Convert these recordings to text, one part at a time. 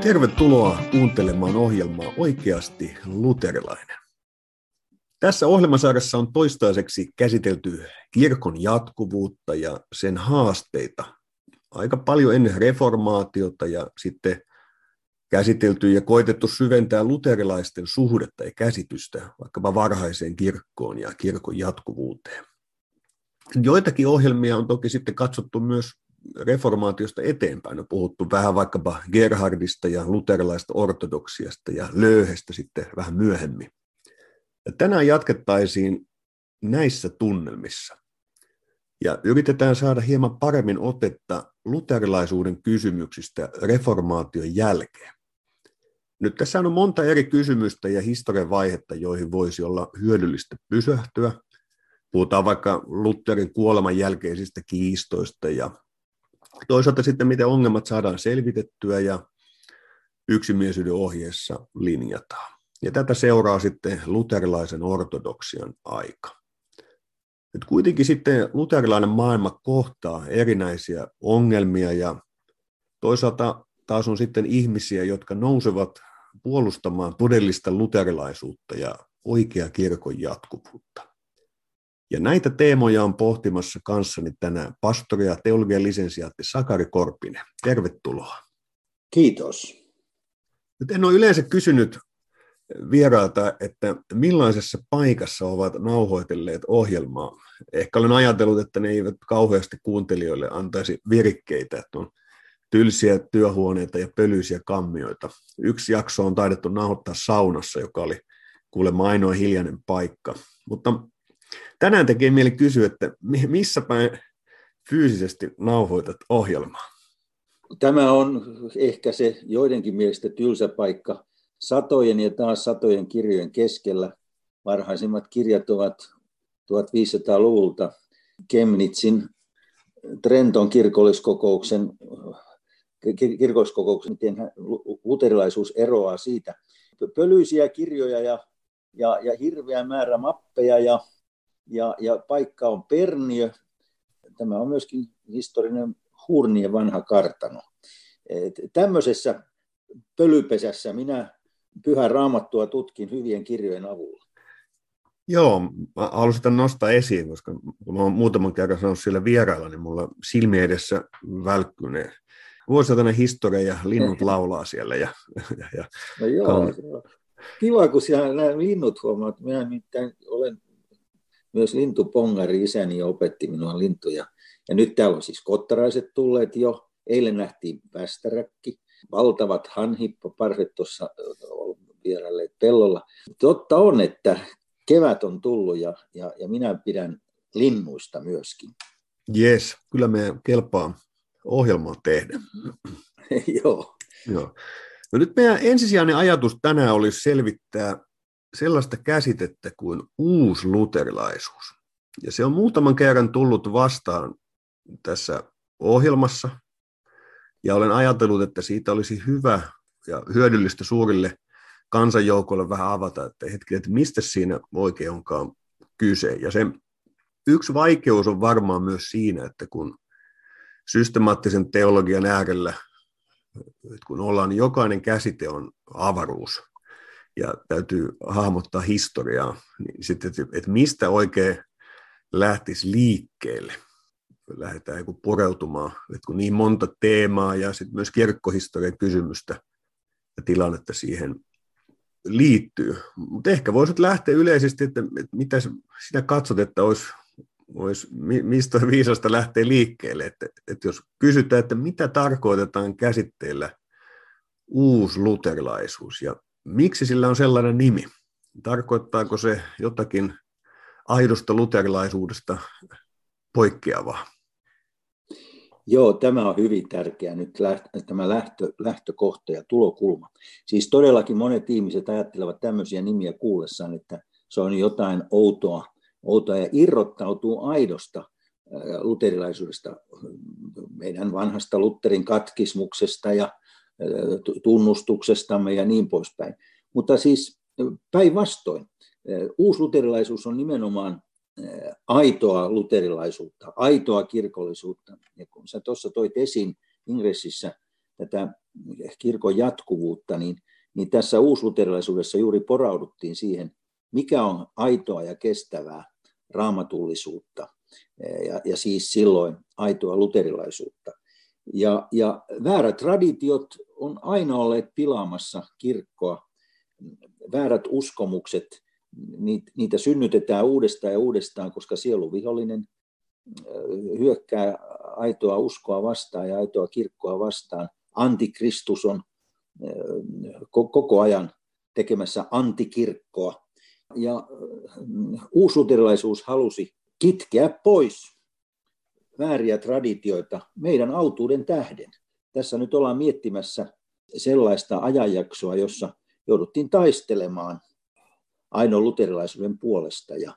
Tervetuloa kuuntelemaan ohjelmaa Oikeasti luterilainen. Tässä ohjelmasarjassa on toistaiseksi käsitelty kirkon jatkuvuutta ja sen haasteita aika paljon ennen reformaatiota ja sitten käsitelty ja koetettu syventää luterilaisten suhdetta ja käsitystä vaikkapa varhaiseen kirkkoon ja kirkon jatkuvuuteen. Joitakin ohjelmia on toki sitten katsottu myös reformaatiosta eteenpäin. On puhuttu vähän vaikkapa Gerhardista ja luterilaisesta ortodoksiasta ja Löhestä sitten vähän myöhemmin. Ja tänään jatkettaisiin näissä tunnelmissa. Ja yritetään saada hieman paremmin otetta luterilaisuuden kysymyksistä reformaation jälkeen. Nyt tässä on monta eri kysymystä ja historian vaihetta, joihin voisi olla hyödyllistä pysähtyä. Puhutaan vaikka Lutherin kuoleman jälkeisistä kiistoista ja toisaalta sitten, miten ongelmat saadaan selvitettyä ja yksimielisyyden ohjeessa linjataan. Ja tätä seuraa sitten luterilaisen ortodoksian aika. Nyt kuitenkin sitten luterilainen maailma kohtaa erinäisiä ongelmia ja toisaalta taas on sitten ihmisiä, jotka nousevat puolustamaan todellista luterilaisuutta ja oikeaa kirkon jatkuvuutta. Ja näitä teemoja on pohtimassa kanssani tänään pastori ja teologian lisensiaatti Sakari Korpinen. Tervetuloa. Kiitos. Nyt en ole yleensä kysynyt vierailta, että millaisessa paikassa ovat nauhoitelleet ohjelmaa. Ehkä olen ajatellut, että ne eivät kauheasti kuuntelijoille antaisi virikkeitä, että on tylsiä työhuoneita ja pölyisiä kammioita. Yksi jakso on taidettu nauhoittaa saunassa, joka oli kuulemma ainoa hiljainen paikka. Mutta tänään tekee mieli kysyä, että missä päin fyysisesti nauhoitat ohjelmaa? Tämä on ehkä se joidenkin mielestä tylsä paikka satojen ja taas satojen kirjojen keskellä. Varhaisimmat kirjat ovat 1500-luvulta Chemnitzin Trenton kirkolliskokouksen, miten luterilaisuus eroaa siitä. Pölyisiä kirjoja ja hirveä määrä mappeja ja paikka on Perniö. Tämä on myöskin historiallinen Hurnien vanha kartano. Tämmöisessä pölypesässä minä Pyhää Raamattua tutkin hyvien kirjojen avulla. Joo, mä halusin tämän nostaa esiin, koska kun mä olen muutaman kerran sanonut siellä vierailla, niin mulla silmien edessä välkkyneen vuosisatainen historia ja linnut laulaa siellä. No joo, kiva, kun siellä nämä linnut huomaat. Minä nimittäin olen myös lintupongari, isäni opetti minua lintuja. Ja nyt täällä on siis kottaraiset tulleet jo. Eilen nähtiin västäräkki, valtavat hanhippoparvet tuossa vierailleet pellolla. Totta on, että kevät on tullut ja minä pidän linnuista myöskin. Jes, kyllä meidän kelpaa ohjelmaa tehdä. Joo. No nyt meidän ensisijainen ajatus tänään olisi selvittää sellaista käsitettä kuin uusluterilaisuus. Ja se on muutaman kerran tullut vastaan tässä ohjelmassa. Ja olen ajatellut, että siitä olisi hyvä ja hyödyllistä suurille kansanjoukoille vähän avata, että mistä siinä oikein onkaan kyse. Ja se yksi vaikeus on varmaan myös siinä, että kun systemaattisen teologian äärellä, kun ollaan, niin jokainen käsite on avaruus ja täytyy hahmottaa historiaa, niin sitten, että mistä oikein lähtisi liikkeelle. Lähdetään pureutumaan, että kun niin monta teemaa ja sitten myös kirkkohistorian kysymystä ja tilannetta siihen liittyy. Mutta ehkä voisit lähteä yleisesti, että mitä sinä katsot, että mistä viisasta lähtee liikkeelle. Että jos kysytään, että mitä tarkoitetaan käsitteellä uusluterilaisuus ja miksi sillä on sellainen nimi? Tarkoittaako se jotakin aidosta luterilaisuudesta poikkeavaa? Joo, tämä on hyvin tärkeä nyt tämä lähtökohta ja tulokulma. Siis todellakin monet ihmiset ajattelevat tämmöisiä nimiä kuullessaan, että se on jotain outoa ja irrottautuu aidosta luterilaisuudesta, meidän vanhasta Lutherin katkismuksesta ja tunnustuksestamme ja niin poispäin. Mutta siis päinvastoin, uusluterilaisuus on nimenomaan aitoa luterilaisuutta, aitoa kirkollisuutta. Ja kun sä tuossa toit esiin ingressissä tätä kirkon jatkuvuutta, niin tässä uusluterilaisuudessa juuri porauduttiin siihen, mikä on aitoa ja kestävää raamatullisuutta ja siis silloin aitoa luterilaisuutta. Ja väärät traditiot on aina olleet pilaamassa kirkkoa. Väärät uskomukset, niitä synnytetään uudestaan ja uudestaan, koska sieluvihollinen hyökkää aitoa uskoa vastaan ja aitoa kirkkoa vastaan. Antikristus on koko ajan tekemässä antikirkkoa. Ja uusluterilaisuus halusi kitkeä pois vääriä traditioita meidän autuuden tähden. Tässä nyt ollaan miettimässä sellaista ajanjaksoa, jossa jouduttiin taistelemaan ainoan luterilaisuuden puolesta. Ja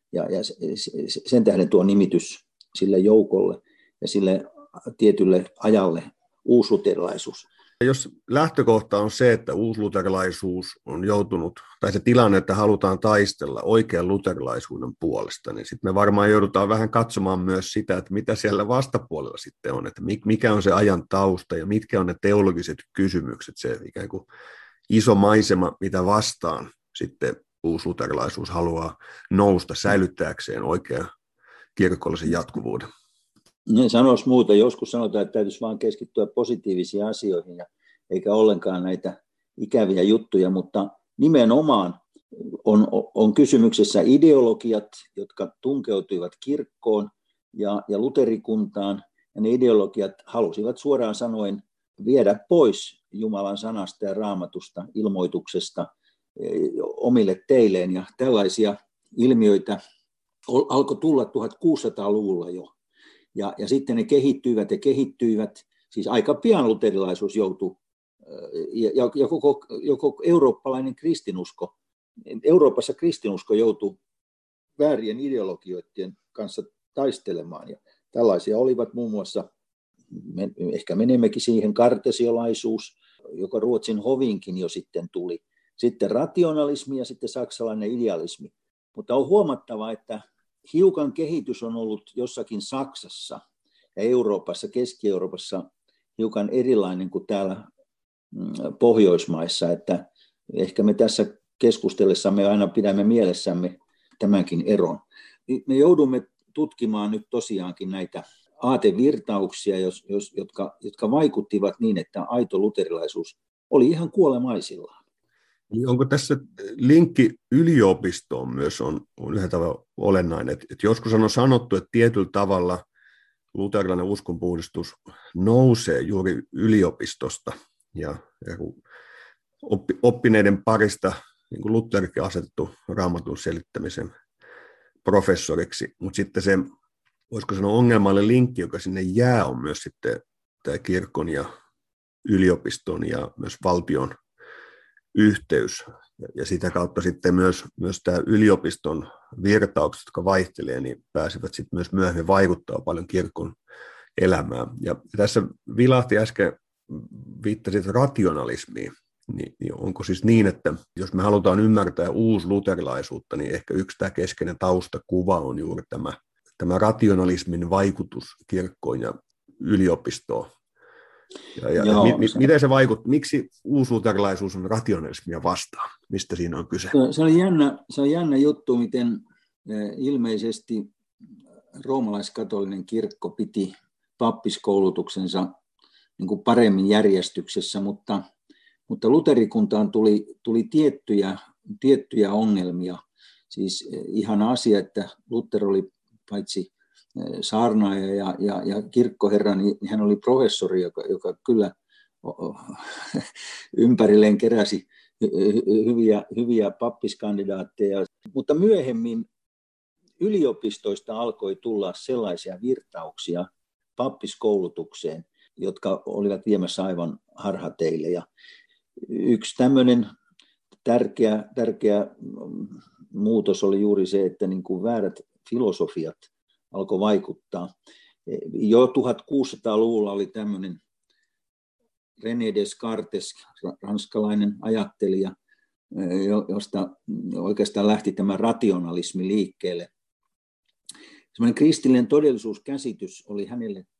sen tähden tuo nimitys sille joukolle ja sille tietylle ajalle uusluterilaisuus. Jos lähtökohta on se, että uusluterilaisuus on joutunut, tai se tilanne, että halutaan taistella oikean luterilaisuuden puolesta, niin sitten me varmaan joudutaan vähän katsomaan myös sitä, että mitä siellä vastapuolella sitten on, että mikä on se ajan tausta ja mitkä on ne teologiset kysymykset, se ikään kuin iso maisema, mitä vastaan sitten uusluterilaisuus haluaa nousta säilyttääkseen oikean kirkollisen jatkuvuuden. En sanoisi muuta. Joskus sanotaan, että täytyisi vain keskittyä positiivisiin asioihin eikä ollenkaan näitä ikäviä juttuja, mutta nimenomaan on kysymyksessä ideologiat, jotka tunkeutuivat kirkkoon ja luterikuntaan, ja ne ideologiat halusivat suoraan sanoen viedä pois Jumalan sanasta ja raamatusta, ilmoituksesta omille teilleen, ja tällaisia ilmiöitä alkoi tulla 1600-luvulla jo. Ja sitten ne kehittyivät, siis aika pian luterilaisuus joutui, ja koko eurooppalainen kristinusko, Euroopassa kristinusko joutui väärien ideologioiden kanssa taistelemaan. Ja tällaisia olivat muun muassa, ehkä menemmekin siihen, kartesiolaisuus, joka Ruotsin hovinkin jo sitten tuli. Sitten rationalismi ja sitten saksalainen idealismi. Mutta on huomattava, että hiukan kehitys on ollut jossakin Saksassa ja Euroopassa, Keski-Euroopassa hiukan erilainen kuin täällä Pohjoismaissa, että ehkä me tässä keskustellessamme aina pidämme mielessämme tämänkin eron. Me joudumme tutkimaan nyt tosiaankin näitä aatevirtauksia, jotka vaikuttivat niin, että aito luterilaisuus oli ihan kuolemaisillaan. Onko tässä linkki yliopistoon myös on yhden tavalla olennainen? Että joskus on sanottu, että tietyllä tavalla luterilainen uskonpuhdistus nousee juuri yliopistosta ja oppineiden parista, niin kuin Lutherikin asetettu Raamatun selittämisen professoriksi, mutta sitten se, voisiko sanoa, ongelmallinen linkki, joka sinne jää, on myös sitten tämä kirkon ja yliopiston ja myös valtion yhteys, ja sitä kautta sitten myös tämä yliopiston virtaukset, jotka vaihtelee, niin pääsevät sitten myös myöhemmin vaikuttaa paljon kirkon elämään. Ja tässä vilahti äsken, viittasit rationalismiin, niin onko siis niin, että jos me halutaan ymmärtää uusluterilaisuutta, niin ehkä yksi tämä keskeinen taustakuva on juuri tämä rationalismin vaikutus kirkkoon ja yliopistoon. Miten se vaikuttaa? Miksi uusluterilaisuus on rationalismia vastaan? Mistä siinä on kyse? Se on jännä juttu, miten ilmeisesti roomalaiskatolinen kirkko piti pappiskoulutuksensa niin kuin paremmin järjestyksessä, mutta luterikuntaan tuli tiettyjä ongelmia. Siis ihana asia, että Luther oli paitsi saarnaaja ja kirkkoherra, niin hän oli professori, joka kyllä ympärilleen keräsi hyviä pappiskandidaatteja. Mutta myöhemmin yliopistoista alkoi tulla sellaisia virtauksia pappiskoulutukseen, jotka olivat viemässä aivan harhateille. Ja yksi tämmöinen tärkeä muutos oli juuri se, että niin kuin väärät filosofiat alkoi vaikuttaa. Jo 1600-luvulla oli tämmöinen René Descartes, ranskalainen ajattelija, josta oikeastaan lähti tämä rationalismi liikkeelle. Semmoinen kristillinen todellisuuskäsitys oli hänelle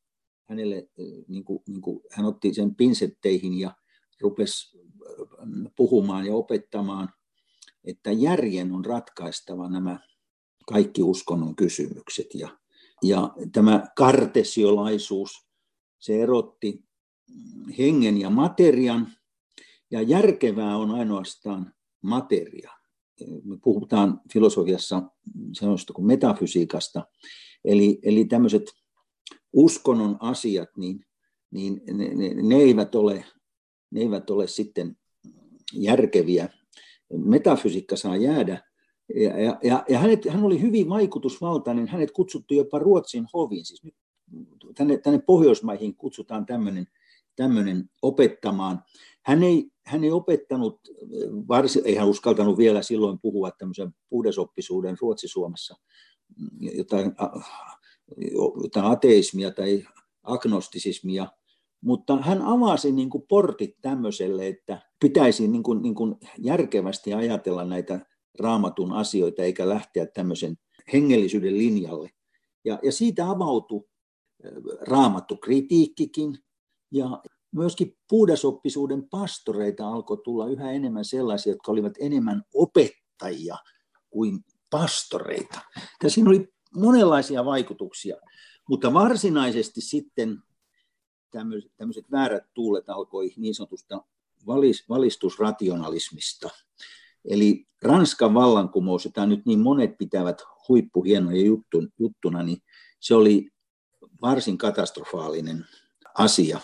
hänelle, hän otti sen pinsetteihin ja rupesi puhumaan ja opettamaan, että järjen on ratkaistava nämä kaikki uskonnon kysymykset. Ja tämä kartesiolaisuus, se erotti hengen ja materian, ja järkevää on ainoastaan materia. Me puhutaan filosofiassa sellaista kuin metafysiikasta, eli tämmöiset uskonnon asiat, niin ne eivät ole sitten järkeviä. Metafysiikka saa jäädä. Ja hän oli hyvin vaikutusvaltainen. Hänet kutsuttiin jopa Ruotsin hoviin. Siis nyt tänne Pohjoismaihin kutsutaan tämmöinen opettamaan. Hän ei opettanut, ei hän uskaltanut vielä silloin puhua tämmöisen puhdasoppisuuden Ruotsi-Suomessa, jotain ateismia tai agnostisismia, mutta hän avasi niin kuin portit tämmöiselle, että pitäisi niin kuin järkevästi ajatella näitä Raamatun asioita eikä lähteä tämmöisen hengellisyyden linjalle. Ja siitä avautui Raamattu-kritiikkikin, ja myöskin puhdasoppisuuden pastoreita alkoi tulla yhä enemmän sellaisia, jotka olivat enemmän opettajia kuin pastoreita. Siinä oli monenlaisia vaikutuksia, mutta varsinaisesti sitten tämmöiset väärät tuulet alkoi niin sanotusta valistusrationalismista. Eli Ranskan vallankumous, jota nyt niin monet pitävät huippuhienoja juttuna, niin se oli varsin katastrofaalinen asia.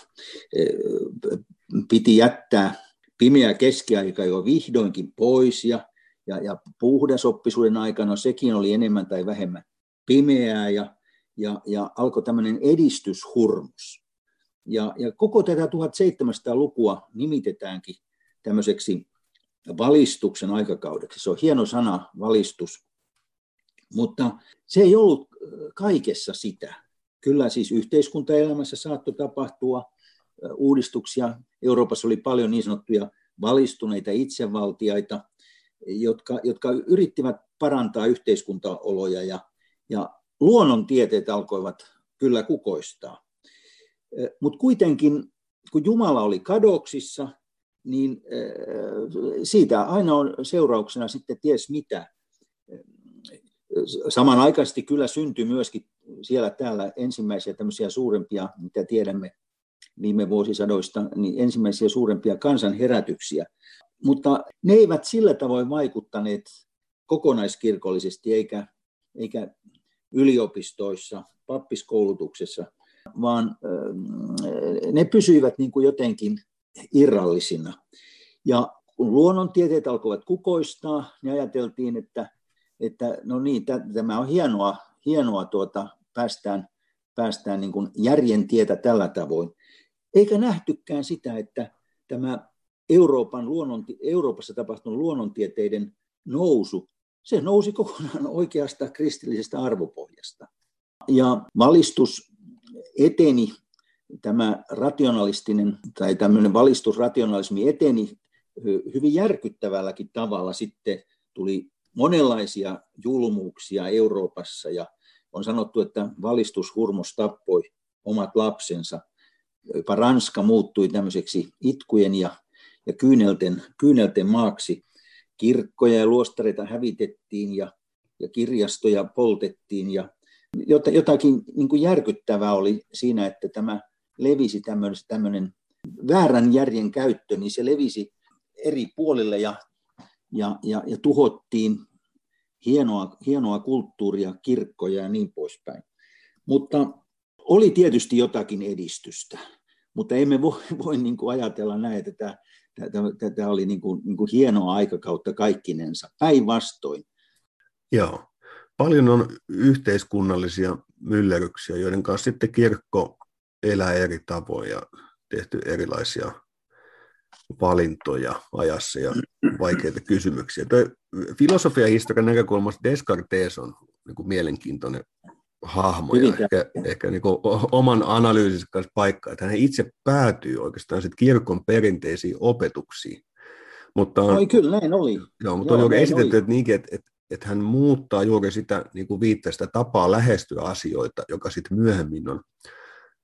Piti jättää pimeä keskiaika jo vihdoinkin pois, ja puhdasoppisuuden aikana sekin oli enemmän tai vähemmän pimeää, ja alkoi tämmöinen edistyshurmus. Ja koko tätä 1700-lukua nimitetäänkin tämmöiseksi valistuksen aikakaudeksi. Se on hieno sana, valistus, mutta se ei ollut kaikessa sitä. Kyllä siis yhteiskuntaelämässä saattoi tapahtua uudistuksia. Euroopassa oli paljon niin sanottuja valistuneita itsevaltiaita, jotka yrittivät parantaa yhteiskuntaoloja, ja luonnontieteet alkoivat kyllä kukoistaa. Mutta kuitenkin, kun Jumala oli kadoksissa, niin siitä aina on seurauksena sitten ties mitä. Samanaikaisesti kyllä syntyi myöskin siellä täällä ensimmäisiä tämmöisiä suurempia, mitä tiedämme viime vuosisadoista, niin ensimmäisiä suurempia kansanherätyksiä. Mutta ne eivät sillä tavoin vaikuttaneet kokonaiskirkollisesti eikä yliopistoissa, pappiskoulutuksessa, vaan ne pysyivät niin kuin jotenkin irrallisina. Ja kun luonnontieteet alkoivat kukoistaa, niin ajateltiin, että no niin, tämä on hienoa päästään niin kuin järjen tietä tällä tavoin. Eikä nähtykään sitä, että tämä Euroopassa tapahtunut luonnontieteiden nousu, se nousi kokonaan oikeasta kristillisestä arvopohjasta. Ja valistus eteni, tämä rationalistinen tai tämmöinen valistusrationalismi eteni hyvin järkyttävälläkin tavalla. Sitten tuli monenlaisia julmuuksia Euroopassa, ja on sanottu, että valistushurmos tappoi omat lapsensa. Jopa Ranska muuttui tämmöiseksi itkujen ja kyynelten maaksi. Kirkkoja ja luostareita hävitettiin ja kirjastoja poltettiin, ja jotakin niin kuin järkyttävää oli siinä, että tämä levisi tämmöinen väärän järjen käyttö, niin se levisi eri puolille ja tuhottiin hienoa kulttuuria, kirkkoja ja niin poispäin. Mutta oli tietysti jotakin edistystä, mutta emme voi niin kuin ajatella näin, että tämä oli niin kuin hienoa aikakautta kaikkinensa, päinvastoin. Joo. Paljon on yhteiskunnallisia myllerryksiä, joiden kanssa sitten kirkko elää eri tavoin ja tehty erilaisia valintoja ajassa ja vaikeita kysymyksiä. Tuo filosofiahistorian näkökulmasta Descartes on niin kuin mielenkiintoinen hahmo ja ehkä niin kuin oman analyysinsä kanssa paikka, että hän itse päätyy oikeastaan sitten kirkon perinteisiin opetuksiin. Mutta kyllä näin oli. Joo, mutta on juuri esitetty, että niinkin, että hän muuttaa juuri sitä, niin kuin viittaa, sitä tapaa lähestyä asioita, joka sitten myöhemmin on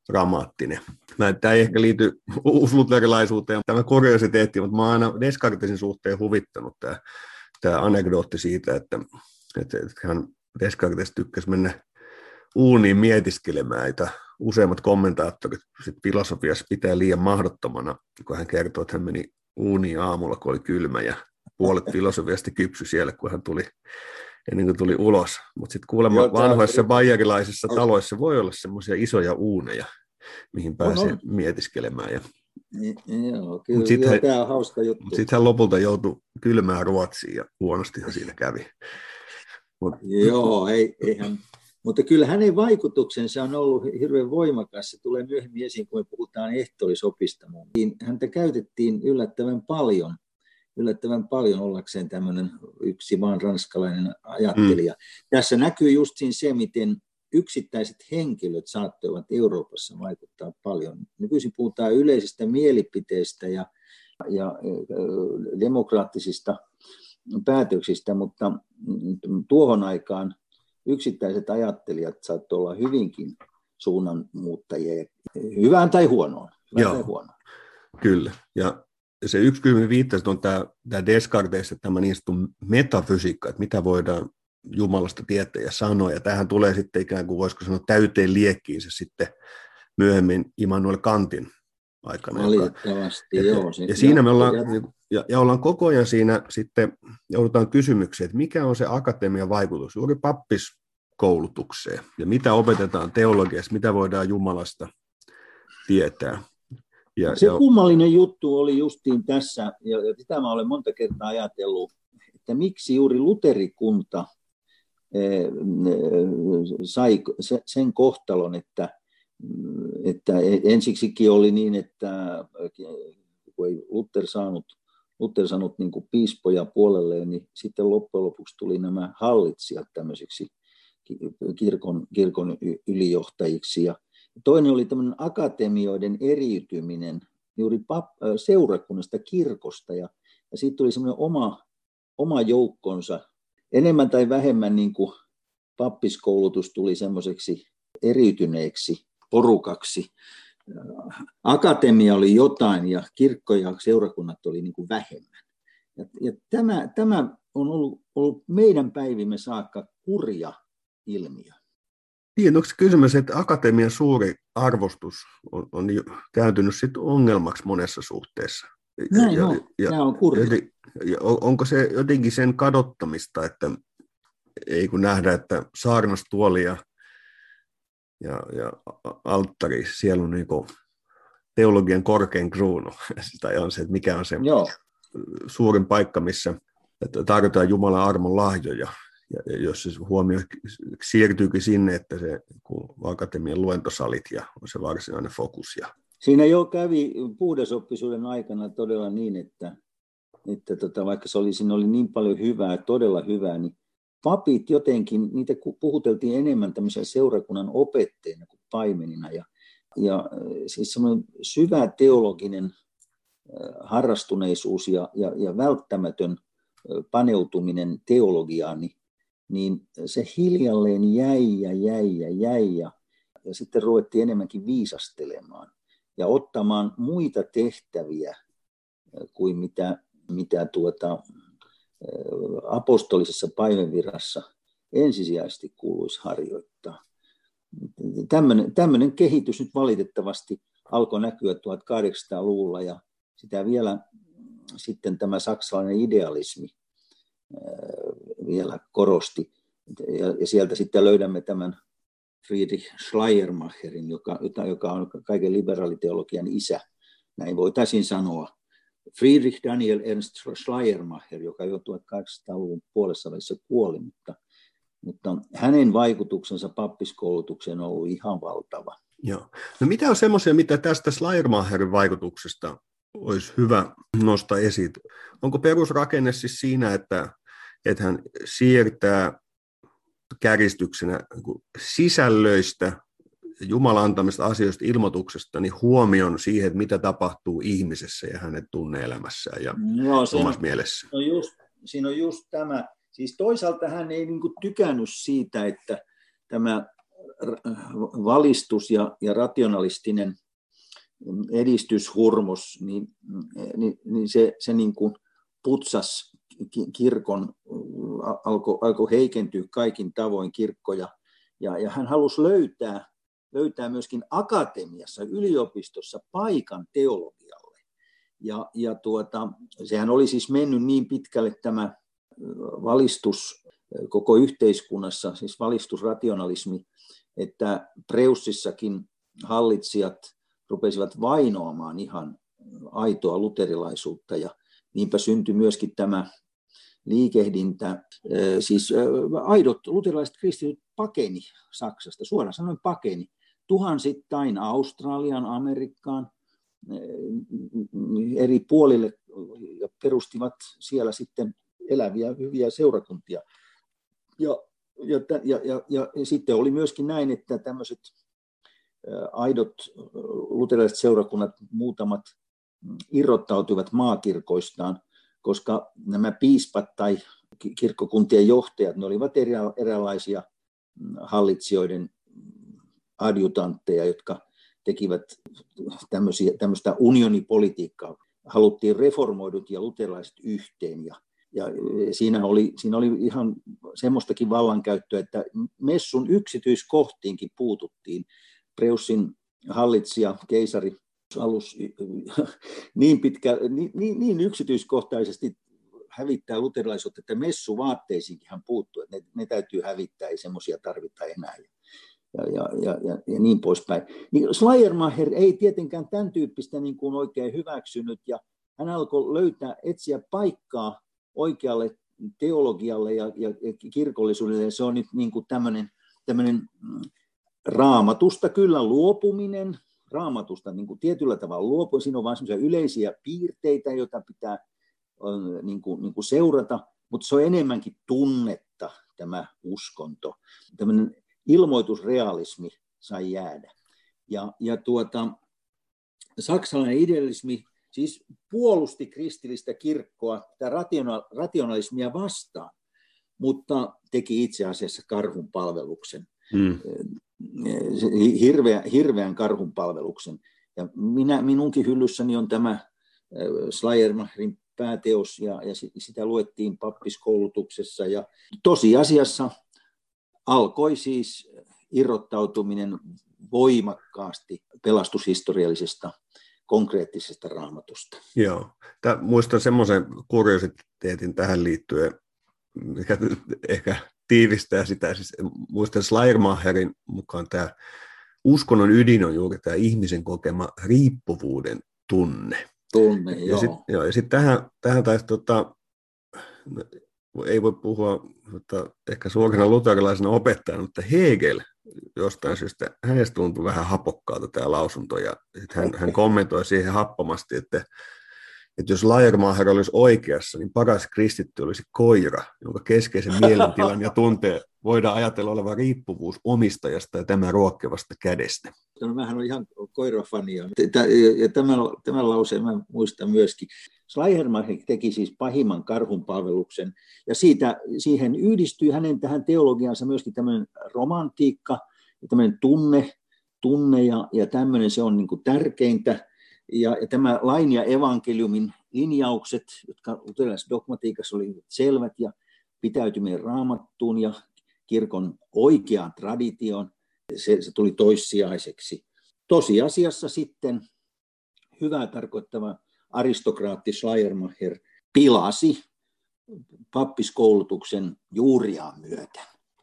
dramaattinen. Tämä ei ehkä liity uusluterilaisuuteen, tämä kuriositeetti, mutta mä oon aina Descartesin suhteen huvittanut tämä anekdootti siitä, että hän Descartes tykkäsi mennä uuniin mietiskelemään, että useimmat kommentaattorit filosofiassa pitää liian mahdottomana, kun hän kertoo, että hän meni uuniin aamulla, kun oli kylmä ja puolet filosofiasta kypsy siellä, kun hän tuli ennen kuin tuli ulos. Mutta sitten kuulemma vanhoissa bayerilaisissa taloissa voi olla semmoisia isoja uuneja, mihin pääsee mietiskelemään. Joo, kyllä tämä on hauska juttu. Sitten hän lopulta joutui kylmään Ruotsiin ja huonostihan siinä kävi. Joo, eihän. Mutta kyllä hänen vaikutuksensa on ollut hirveän voimakas. Se tulee myöhemmin esiin, kun me puhutaan ehtoollisopista. Häntä käytettiin yllättävän paljon ollakseen tämmöinen yksi vaan ranskalainen ajattelija. Tässä näkyy just se, miten yksittäiset henkilöt saattoivat Euroopassa vaikuttaa paljon. Nykyisin puhutaan yleisestä mielipiteestä ja demokraattisista päätöksistä, mutta tuohon aikaan yksittäiset ajattelijat saattoivat olla hyvinkin suunnanmuuttajia, hyvään tai huonoon. Kyllä. Ja se yksi kysymys viittasi on tämä Descartes, tämä niin sanottu metafysiikka, että mitä voidaan Jumalasta tietää ja sanoa. Ja tämähän tulee sitten ikään kuin, voisiko sanoa, täyteen liekkiin se sitten myöhemmin Immanuel Kantin aikana. Valitettavasti, joo. Ja siinä me ollaan, ja ollaan koko ajan siinä sitten, joudutaan kysymykseen, että mikä on se akatemian vaikutus juuri pappiskoulutukseen, ja mitä opetetaan teologiassa, mitä voidaan Jumalasta tietää. Se kummallinen juttu oli justiin tässä, ja sitä mä olen monta kertaa ajatellut, että miksi juuri luterikunta sai sen kohtalon, että ensiksikin oli niin, että kun ei Luther saanut niin kuin piispoja puolelleen, niin sitten loppujen lopuksi tuli nämä hallitsijat tämmöisiksi kirkon ylijohtajiksi. Ja toinen oli tämmöinen akatemioiden eriytyminen juuri seurakunnasta, kirkosta, ja siitä tuli semmoinen oma joukkonsa. Enemmän tai vähemmän niin kuin pappiskoulutus tuli semmoiseksi eriytyneeksi porukaksi. Akatemia oli jotain ja kirkko ja seurakunnat oli niin kuin vähemmän. Ja tämä on ollut meidän päivimme saakka kurja ilmiö. Onko kysymys, että akatemian suuri arvostus on kääntynyt sitten ongelmaksi monessa suhteessa? Näin on. Tämä on kurja. Onko se jotenkin sen kadottamista, että ei kun nähdä, että saarnastuoli ja alttari, siellä on niin teologian korkein kruunu, tai on se, että mikä on se suurin paikka, missä tarjotaan Jumalan armon lahjoja, ja jos se huomio siirtyykin sinne, että se akatemian luentosalit ja on se varsinainen fokus. Siinä jo kävi puhdasoppisuuden aikana todella niin, että vaikka siinä oli niin paljon hyvää, todella hyvää, niin papit jotenkin, niitä puhuteltiin enemmän tämmöisen seurakunnan opetteina kuin paimenina. Ja siis semmoinen syvä teologinen harrastuneisuus ja välttämätön paneutuminen teologiaan, niin se hiljalleen jäi ja sitten ruvettiin enemmänkin viisastelemaan ja ottamaan muita tehtäviä kuin mitä apostolisessa paimenvirassa ensisijaisesti kuuluisi harjoittaa. Tämmöinen kehitys nyt valitettavasti alkoi näkyä 1800-luvulla ja sitä vielä sitten tämä saksalainen idealismi vielä korosti. Ja sieltä sitten löydämme tämän Friedrich Schleiermacherin, joka on kaiken liberaaliteologian isä, näin voitaisiin sanoa. Friedrich Daniel Ernst Schleiermacher, joka jo 1800-luvun puolessa välissä kuoli, mutta hänen vaikutuksensa pappiskoulutukseen on ollut ihan valtava. Joo. No mitä on semmoisia, mitä tästä Schleiermacherin vaikutuksesta olisi hyvä nostaa esiin? Onko perusrakenne siis siinä, että hän siirtää kärjistyksenä sisällöistä, Jumalan antamista asioista, ilmoituksesta, niin huomion siihen, että mitä tapahtuu ihmisessä ja hänen tunne-elämässään ja omassa mielessä. Siinä on just tämä. Siis toisaalta hän ei niin kuin tykännyt siitä, että tämä valistus ja rationalistinen edistyshurmos, niin se niin kuin putsasi kirkon, alkoi heikentyä kaikin tavoin kirkkoja. Ja hän halusi löytää myöskin akatemiassa, yliopistossa paikan teologialle. Sehän oli siis mennyt niin pitkälle tämä valistus koko yhteiskunnassa, siis valistusrationalismi, että Preussissakin hallitsijat rupesivat vainoamaan ihan aitoa luterilaisuutta, ja niinpä syntyi myöskin tämä liikehdintä, siis aidot luterilaiset kristityt pakeni Saksasta, suoraan sanoen pakeni, tuhansittain Australian, Amerikkaan, eri puolille, ja perustivat siellä sitten eläviä, hyviä seurakuntia. Ja sitten oli myöskin näin, että tämmöiset aidot luterilaiset seurakunnat, muutamat irrottautuivat maakirkoistaan, koska nämä piispat tai kirkkokuntien johtajat, ne olivat eräänlaisia hallitsijoiden adjutantteja, jotka tekivät tämmöistä unionipolitiikkaa. Haluttiin reformoidut ja luterilaiset yhteen. Ja siinä oli ihan semmoistakin vallankäyttöä, että messun yksityiskohtiinkin puututtiin. Preussin hallitsija, keisari, halusi niin yksityiskohtaisesti hävittää luterilaisuutta, että messuvaatteisiinkin hän puuttui, että ne täytyy hävittää, ei semmoisia tarvita enää. Ja niin poispäin. Niin Schleiermacher ei tietenkään tämän tyyppistä niin kuin oikein hyväksynyt, ja hän alkoi etsiä paikkaa oikealle teologialle ja kirkollisuudelle, ja se on nyt niin kuin tämmöinen raamatusta kyllä luopuminen, raamatusta niin kuin tietyllä tavalla luopuminen, siinä on vain sellaisia yleisiä piirteitä, joita pitää niin kuin seurata, mutta se on enemmänkin tunnetta, tämä uskonto. Tämmöinen ilmoitusrealismi sai jäädä. Ja saksalainen idealismi siis puolusti kristillistä kirkkoa tätä rationalismia vastaan, mutta teki itse asiassa karhunpalveluksen, hirveän karhunpalveluksen. Ja minunkin hyllyssäni on tämä Schleiermacherin pääteos, ja sitä luettiin pappiskoulutuksessa. Ja tosiasiassa alkoi siis irrottautuminen voimakkaasti pelastushistoriallisesta konkreettisesta raamatusta. Joo. Muistan semmoisen kuriositeetin tähän liittyen, mikä ehkä tiivistää sitä. Siis muistan Schleiermacherin mukaan tämä uskonnon ydin on juuri tämä ihmisen kokema riippuvuuden tunne. Ja sitten tähän taisi, ei voi puhua ehkä suorana luterilaisena opettajana, mutta Hegel jostain syystä, hänestä tuntui vähän hapokkaalta tämä lausunto, ja hän kommentoi siihen happamasti, että jos Schleiermacher olisi oikeassa, niin paras kristitty olisi koira, jonka keskeisen mielentilan ja tunteen voidaan ajatella olevan riippuvuus omistajasta ja tämän ruokkevasta kädestä. No, mähän olen ihan koirafania, ja tämän lauseen mä muistan myöskin. Schleiermacher teki siis pahimman karhunpalveluksen, ja siihen yhdistyi hänen tähän teologiansa myöskin tämmöinen romantiikka, tämmöinen tunne ja tämmöinen, se on niin kuin tärkeintä. Ja tämä lain ja evankeliumin linjaukset, jotka luterilaisessa dogmatiikassa olivat selvät, ja pitäytyminen raamattuun ja kirkon oikeaan traditioon, se tuli toissijaiseksi. Tosiasiassa sitten hyvää tarkoittava aristokraatti Schleiermacher pilasi pappiskoulutuksen juuriaan myötä.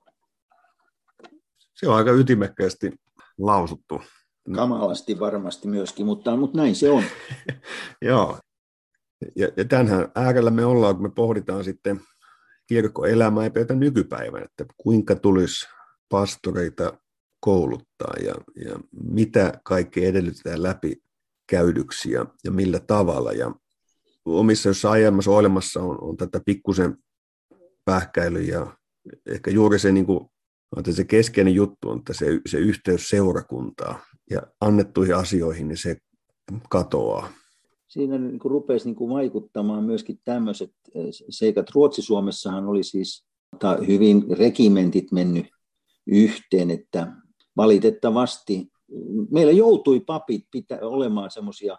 Se on aika ytimekkäästi lausuttu. Kamalasti varmasti myöskin, mutta näin se on. Joo. Ja tämänhän äärellä me ollaan, kun me pohditaan sitten kirkkoelämää ja pelkästään nykypäivänä, että kuinka tulisi pastoreita kouluttaa ja mitä kaikkea edellytetään läpi käydyksi ja millä tavalla. Ja omissa jossain aiemmassa olemassa on tätä pikkusen pähkäily, ja ehkä juuri se, niin kuin, se keskeinen juttu on, että se yhteys seurakuntaa ja annettuihin asioihin, niin se katoaa. Siinä niin kuin rupesi niin kuin vaikuttamaan myöskin tämmöiset seikat. Ruotsi-Suomessahan oli siis hyvin regimentit mennyt yhteen, että valitettavasti meillä joutui papit olemaan semmoisia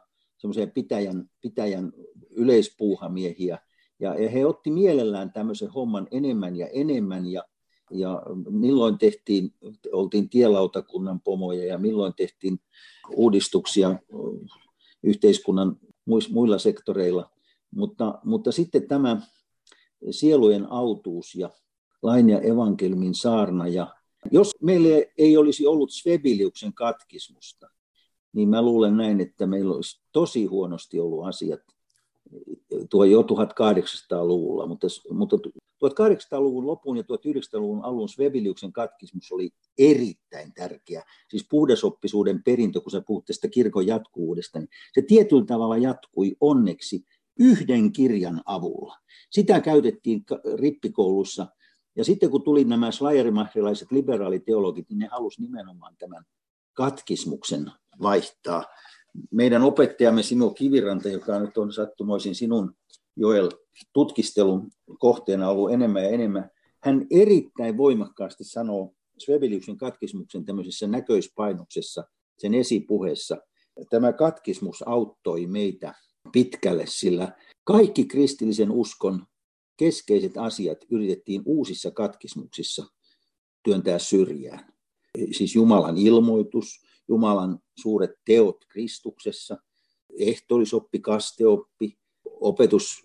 pitäjän yleispuuhamiehiä, ja he otti mielellään tämmöisen homman enemmän ja enemmän, ja milloin oltiin tielautakunnan pomoja, ja milloin tehtiin uudistuksia yhteiskunnan muilla sektoreilla, mutta sitten tämä sielujen autuus ja lain ja evankeliumin saarna, ja jos meillä ei olisi ollut Svebeliuksen katkismusta, niin mä luulen näin, että meillä olisi tosi huonosti ollut asiat tuo jo 1800-luvulla, mutta 1800-luvun lopun ja 1900-luvun alun Svebeliuksen katkismus oli erittäin tärkeä. Siis puhdasoppisuuden perintö, kun sä puhut tästä kirkon jatkuvuudesta, niin se tietyllä tavalla jatkui onneksi yhden kirjan avulla. Sitä käytettiin rippikoulussa. Ja sitten kun tuli nämä schleiermachrilaiset liberaaliteologit, niin ne halusi nimenomaan tämän katkismuksen vaihtaa. Meidän opettajamme Simo Kiviranta, joka nyt on sattumoisin sinun, Joel, tutkistelun kohteena ollut enemmän ja enemmän, hän erittäin voimakkaasti sanoo Svebeliuksen katkismuksen tämmöisessä näköispainoksessa, sen esipuheessa. Tämä katkismus auttoi meitä pitkälle, sillä kaikki kristillisen uskon keskeiset asiat yritettiin uusissa katkismuksissa työntää syrjään. Siis Jumalan ilmoitus, Jumalan suuret teot Kristuksessa, ehtoollisoppi, kasteoppi, opetus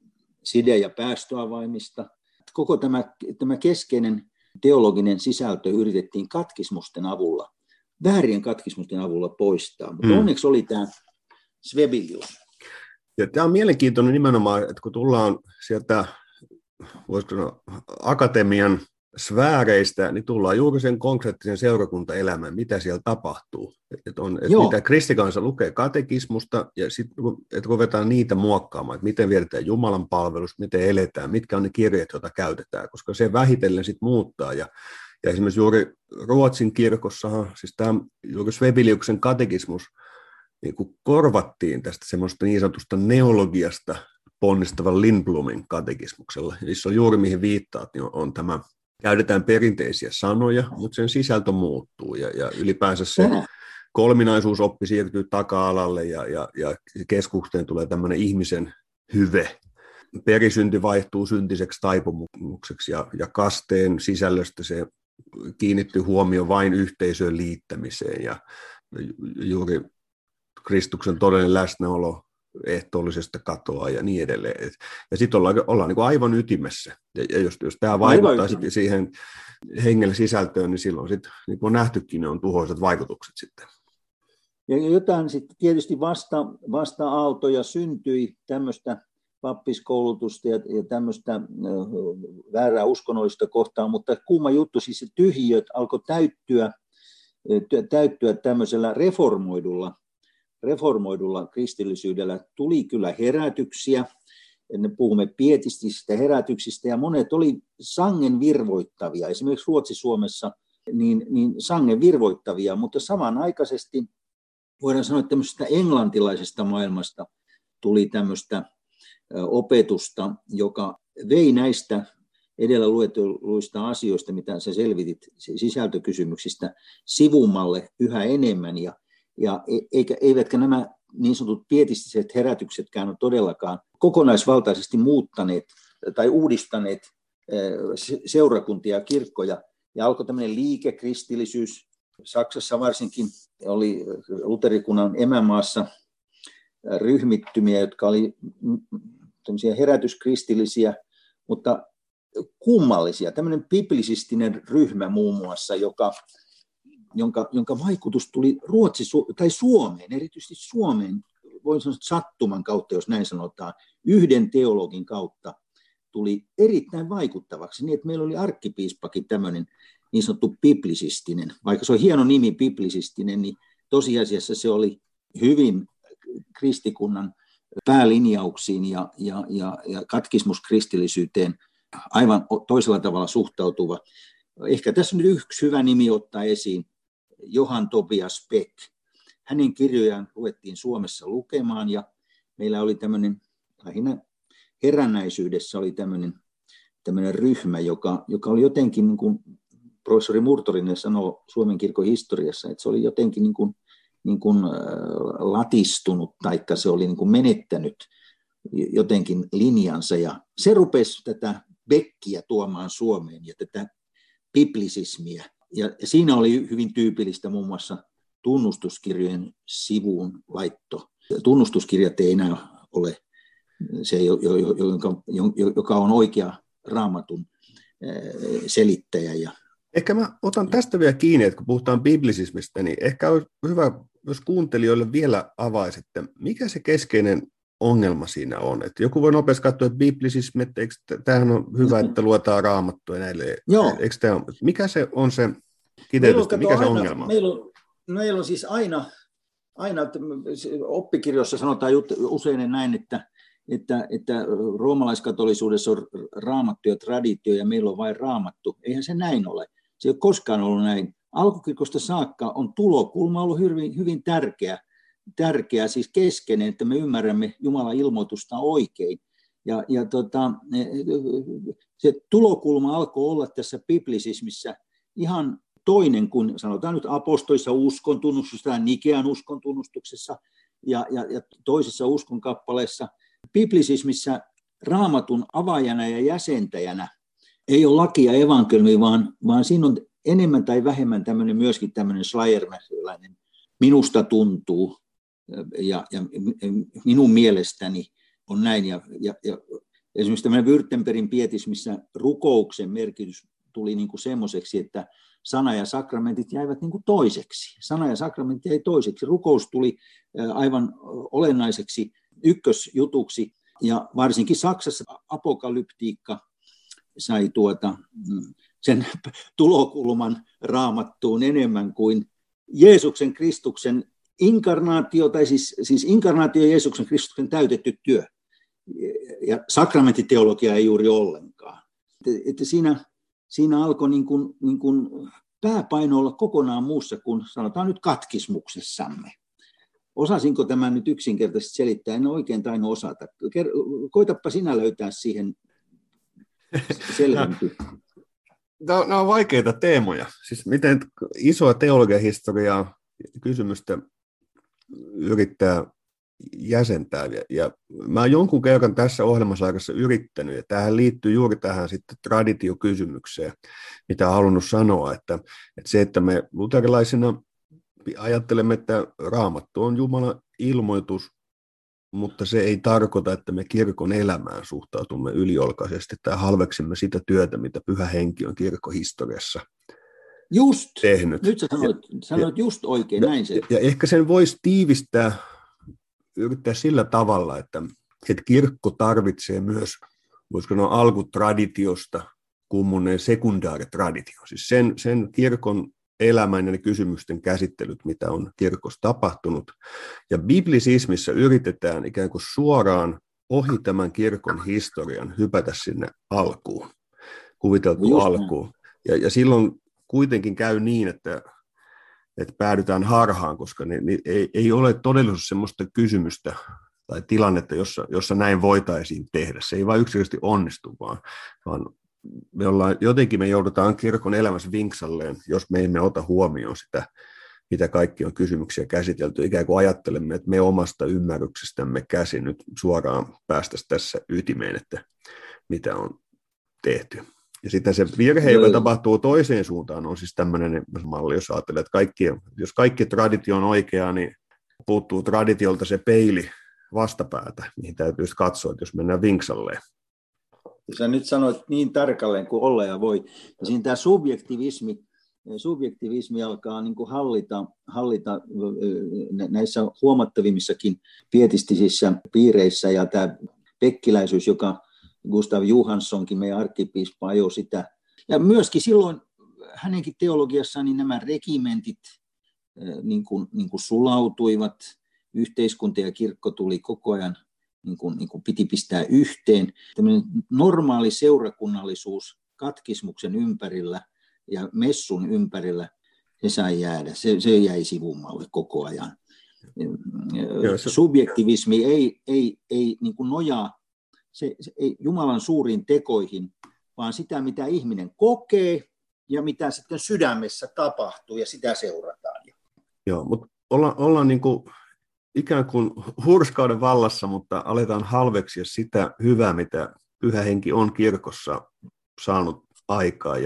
side- ja päästöavaimista. Koko tämä keskeinen teologinen sisältö yritettiin katkismusten avulla, väärien katkismusten avulla poistaa, mutta onneksi oli tämä Svebelius. Ja tämä on mielenkiintoinen nimenomaan, että kun tullaan sieltä, voisiko sanoa, akatemian sfääreistä, niin tullaan juuri sen konkreettisen seurakuntaelämän, mitä siellä tapahtuu. Että mitä kristikansa lukee katekismusta, ja sitten että ruvetaan niitä muokkaamaan, että miten vietetään Jumalan palvelus, miten eletään, mitkä on ne kirjat, joita käytetään, koska se vähitellen sitten muuttaa. Ja esimerkiksi juuri Ruotsin kirkossahan, siis tämä juuri Svebeliuksen katekismus, niin kun korvattiin tästä semmoista niin sanotusta neologiasta ponnistavan Lindblomin katekismuksella, missä on juuri mihin viittaat, niin on tämä, käytetään perinteisiä sanoja, mutta sen sisältö muuttuu, ja ylipäänsä se kolminaisuusoppi siirtyy taka-alalle, ja keskukseen tulee tämmöinen ihmisen hyve. Perisynti vaihtuu syntiseksi taipumukseksi, ja kasteen sisällöstä se kiinnittyy huomio vain yhteisöön liittämiseen, ja juuri Kristuksen todellinen läsnäolo ehtoollisesta katoaa ja niin edelleen. Ja sitten ollaan niin kuin aivan ytimessä. Ja jos tämä vaikuttaa sitten siihen hengen sisältöön, niin silloin sitten, niin kuin on nähtykin, ne on tuhoisat vaikutukset sitten. Ja jotain sitten tietysti vasta-aaltoja syntyi tämmöistä pappiskoulutusta ja tämmöistä väärää uskonnollista kohtaa, mutta kuuma juttu, siis se tyhjiöt alkoi täyttyä tämmöisellä reformoidulla kristillisyydellä. Tuli kyllä herätyksiä, me puhumme pietistisistä herätyksistä, ja monet oli sangen virvoittavia, esimerkiksi Ruotsi-Suomessa, niin sangen virvoittavia, mutta samanaikaisesti voidaan sanoa, että tämmöisestä englantilaisesta maailmasta tuli tämmöistä opetusta, joka vei näistä edellä luetelluista asioista, mitä sä selvitit sisältökysymyksistä, sivummalle yhä enemmän, eivätkä nämä niin sanotut pietistiset herätyksetkään ole todellakaan kokonaisvaltaisesti muuttaneet tai uudistaneet seurakuntia ja kirkkoja, ja alkoi tämmöinen liikekristillisyys. Saksassa varsinkin oli luterikunnan emämaassa ryhmittymiä, jotka oli tämmöisiä herätyskristillisiä, mutta kummallisia. Tämmöinen biblisistinen ryhmä muun muassa, jonka vaikutus tuli Suomeen, erityisesti Suomeen, voin sanoa sattuman kautta, jos näin sanotaan, yhden teologin kautta tuli erittäin vaikuttavaksi, niin että meillä oli arkkipiispakin tämmöinen niin sanottu biblisistinen. Vaikka se on hieno nimi biblisistinen, niin tosiasiassa se oli hyvin kristikunnan päälinjauksiin ja katkismuskristillisyyteen aivan toisella tavalla suhtautuva. Ehkä tässä on nyt yksi hyvä nimi ottaa esiin, Johann Tobias Beck. Hänen kirjojaan ruvettiin Suomessa lukemaan, ja meillä oli tämmöinen, lähinnä herännäisyydessä oli tämmöinen ryhmä, joka oli jotenkin niin kuin professori Murtorinen sanoo Suomen kirkon historiassa, että se oli jotenkin niin kuin latistunut, taikka se oli niin kuin menettänyt jotenkin linjansa, ja se rupesi tätä Beckiä tuomaan Suomeen ja tätä biblisismiä. Ja siinä oli hyvin tyypillistä muun muassa tunnustuskirjojen sivuun laitto. Tunnustuskirjat ei enää ole se, joka on oikea Raamatun selittäjä. Ehkä mä otan tästä vielä kiinni, että kun puhutaan biblisismistä, niin ehkä olisi hyvä, jos kuuntelijoille vielä avaisitte, mikä se keskeinen ongelma siinä on. Että joku voi nopeasti katsoa, että biblisismi, että tämähän on hyvä, että luetaan Raamattua näille. Mikä se on se kiteytystä, mikä se ongelma on? Meillä on siis aina oppikirjoissa sanotaan usein näin, että roomalaiskatolisuudessa on raamattu ja traditio ja meillä on vain raamattu. Eihän se näin ole. Se ei ole koskaan ollut näin. Alkukirkosta saakka on tulokulma ollut hyvin tärkeä, siis keskeinen, että me ymmärrämme Jumalan ilmoitusta oikein. Se tulokulma alkoi olla tässä biblisismissä ihan toinen kuin sanotaan nyt apostolissa uskontunnustuksessa tai Nikean uskontunnustuksessa ja toisessa uskonkappaleessa. Biblisismissä Raamatun avaajana ja jäsentäjänä ei ole laki ja evankeliumi, vaan siinä on enemmän tai vähemmän myöskin tämmöinen Schleiermacherlainen minusta tuntuu ja minun mielestäni on näin. Ja esimerkiksi tämmöinen Württembergin pietismissä rukouksen merkitys tuli niin kuin semmoiseksi, että sana ja sakramentit jäivät niin kuin toiseksi. Sana ja sakramentit jäi toiseksi. Rukous tuli aivan olennaiseksi ykkösjutuksi, ja varsinkin Saksassa apokalyptiikka sai sen tulokulman Raamattuun enemmän kuin Jeesuksen Kristuksen inkarnaatio, tai siis inkarnaatio ja Jeesuksen Kristuksen täytetty työ. Ja sakramentiteologia ei juuri ollenkaan. Että siinä alkoi niin kuin pääpaino olla kokonaan muussa kuin sanotaan nyt katkismuksessamme. Osasinko tämän nyt yksinkertaisesti selittää? En oikein tainnut osata. Koitapa sinä löytää siihen selvempi. Nämä on vaikeita teemoja. Siis miten isoa teologiahistoriaa kysymystä yrittää jäsentää. Ja mä oon jonkun kerran tässä ohjelmasarjassa yrittänyt, ja tähän liittyy juuri tähän sitten traditiokysymykseen, mitä olen halunnut sanoa, että se, että me luterilaisina ajattelemme, että Raamattu on Jumalan ilmoitus, mutta se ei tarkoita, että me kirkon elämään suhtautumme yliolkaisesti tai halveksimme sitä työtä, mitä Pyhä Henki on kirkon historiassa tehnyt. Nyt sä sanoit just oikein, näin se. Ja ehkä sen voisi yrittää sillä tavalla, että kirkko tarvitsee myös, voisiko sanoa alkutraditiosta kummunneen sekundaaritraditio, siis sen kirkon elämän ja ne kysymysten käsittelyt, mitä on kirkossa tapahtunut. Ja biblisismissä yritetään ikään kuin suoraan ohi tämän kirkon historian hypätä sinne alkuun, kuviteltuun alkuun. Ja silloin kuitenkin käy niin, että päädytään harhaan, koska ei ole todellisuus sellaista kysymystä tai tilannetta, jossa näin voitaisiin tehdä. Se ei vain yksinkertaisesti onnistu, vaan me joudutaan kirkon elämässä vinksalleen, jos me emme ota huomioon sitä, mitä kaikki on kysymyksiä käsitelty. Ikään kuin ajattelemme, että me omasta ymmärryksestämme käsin nyt suoraan päästäisiin tässä ytimeen, että mitä on tehty. Ja sitten se virhe, joka tapahtuu toiseen suuntaan, on siis tämmöinen malli, jos ajattelee, että jos kaikki traditio on oikeaa, niin puuttuu traditiolta se peili vastapäätä, mihin täytyy katsoa, että jos mennään vinksalleen. Sä nyt sanoit niin tarkalleen kuin olla ja voi. Ja siinä tämä subjektivismi alkaa niin kuin hallita näissä huomattavimmissakin pietistisissä piireissä, ja tämä pekkiläisyys, joka Gustav Johanssonkin, meidän arkkipiispa, ajoi sitä. Ja myöskin silloin hänenkin teologiassaan niin nämä regimentit niin kuin sulautuivat, yhteiskunta ja kirkko tuli koko ajan, niin kuin piti pistää yhteen. Tämmöinen normaali seurakunnallisuus katkismuksen ympärillä ja messun ympärillä, se sai jäädä, se jäi sivummalle koko ajan. Subjektivismi ei niin kuin nojaa se ei Jumalan suuriin tekoihin, vaan sitä, mitä ihminen kokee ja mitä sitten sydämessä tapahtuu, ja sitä seurataan. Joo, mutta ollaan niin kuin ikään kuin hurskauden vallassa, mutta aletaan halveksia sitä hyvää, mitä Pyhä Henki on kirkossa saanut aikaa.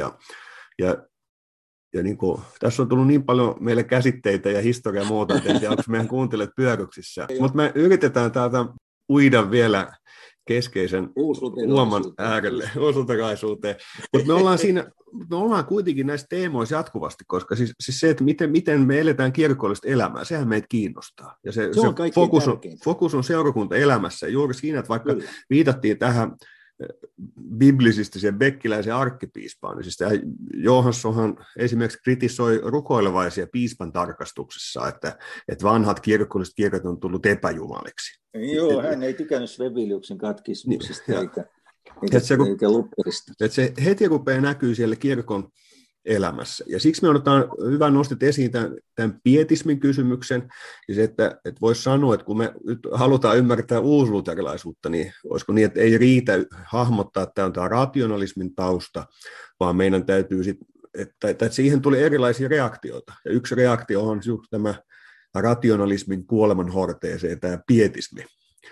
Ja niin kuin, tässä on tullut niin paljon meille käsitteitä ja historiaa ja muuta, että en tiedä, onko meidän kuuntelijat pyörryksissä. Mutta me yritetään täältä uida vielä keskeisen uoman äärelle, uusluterilaisuuteen. Mutta me ollaan kuitenkin näissä teemoissa jatkuvasti, koska siis se, että miten me eletään kirkollista elämää, sehän meitä kiinnostaa. Ja se fokus on seurakuntaelämässä. Juuri siinä, että vaikka viitattiin tähän biblisistä siihen bekkiläisen arkkipiispaan, niin siis Johanssonhan esimerkiksi kritisoi rukoilevaisia piispan tarkastuksessa, että vanhat kirkolliset kirjat on tullut epäjumaliksi. Joo, hän ei tykännyt Sveviliuksen katkismuksesta eikä Lutherista. Että se heti rupeaa näkyy siellä kirkon elämässä. Ja siksi me otetaan, hyvä nostit esiin tämän pietismin kysymyksen, ja se, että voisi sanoa, että kun me nyt halutaan ymmärtää uusluterilaisuutta, niin olisiko niin, että ei riitä hahmottaa, että tämä on tämä rationalismin tausta, vaan meidän täytyy sitten, että siihen tuli erilaisia reaktioita. Ja yksi reaktio on tämä rationalismin kuolemanhorteeseen, tämä pietismi.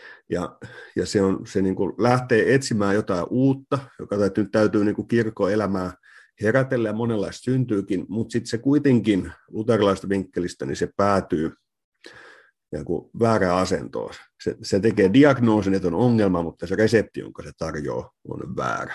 Ja se niin kuin lähtee etsimään jotain uutta, joka täytyy niin kuin kirkon elämää herätellä ja monenlaista syntyykin, mutta sitten se kuitenkin luterilaista vinkkelistä, niin se päätyy väärään asentoon. Se tekee diagnoosin, että on ongelma, mutta se resepti, jonka se tarjoaa, on väärä.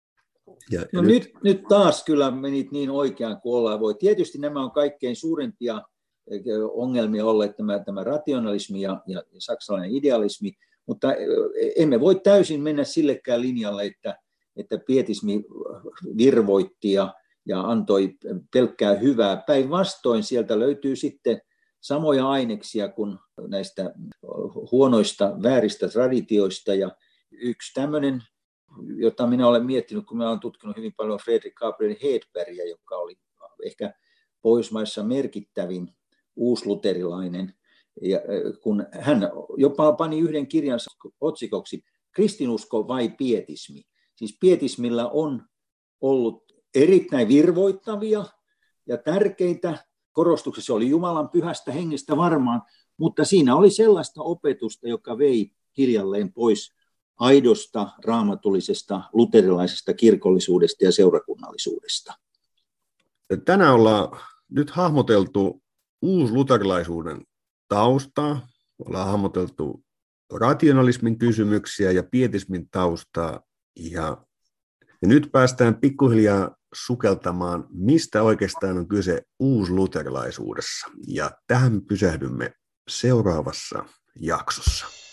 Nyt taas kyllä menit niin oikeaan kuin ollaan voi. Tietysti nämä on kaikkein suurimpia ongelmia olleet tämä rationalismi ja saksalainen idealismi, mutta emme voi täysin mennä sillekään linjalle, että pietismi virvoitti ja antoi pelkkää hyvää. Päinvastoin sieltä löytyy sitten samoja aineksia kuin näistä huonoista, vääristä traditioista. Ja yksi tämmöinen, jota minä olen miettinyt, kun minä olen tutkinut hyvin paljon Fredrik Gabriel Hedbergia, joka oli ehkä Pohjoismaissa merkittävin uusluterilainen, ja kun hän jopa pani yhden kirjansa otsikoksi Kristinusko vai pietismi. Siis pietismillä on ollut erittäin virvoittavia ja tärkeitä korostuksia. Se oli Jumalan pyhästä hengestä varmaan, mutta siinä oli sellaista opetusta, joka vei hiljalleen pois aidosta, raamatullisesta, luterilaisesta kirkollisuudesta ja seurakunnallisuudesta. Tänään ollaan nyt hahmoteltu uusluterilaisuuden taustaa, ollaan hahmoteltu rationalismin kysymyksiä ja pietismin taustaa, ja nyt päästään pikkuhiljaa sukeltamaan, mistä oikeastaan on kyse uusluterilaisuudessa, ja tähän pysähdymme seuraavassa jaksossa.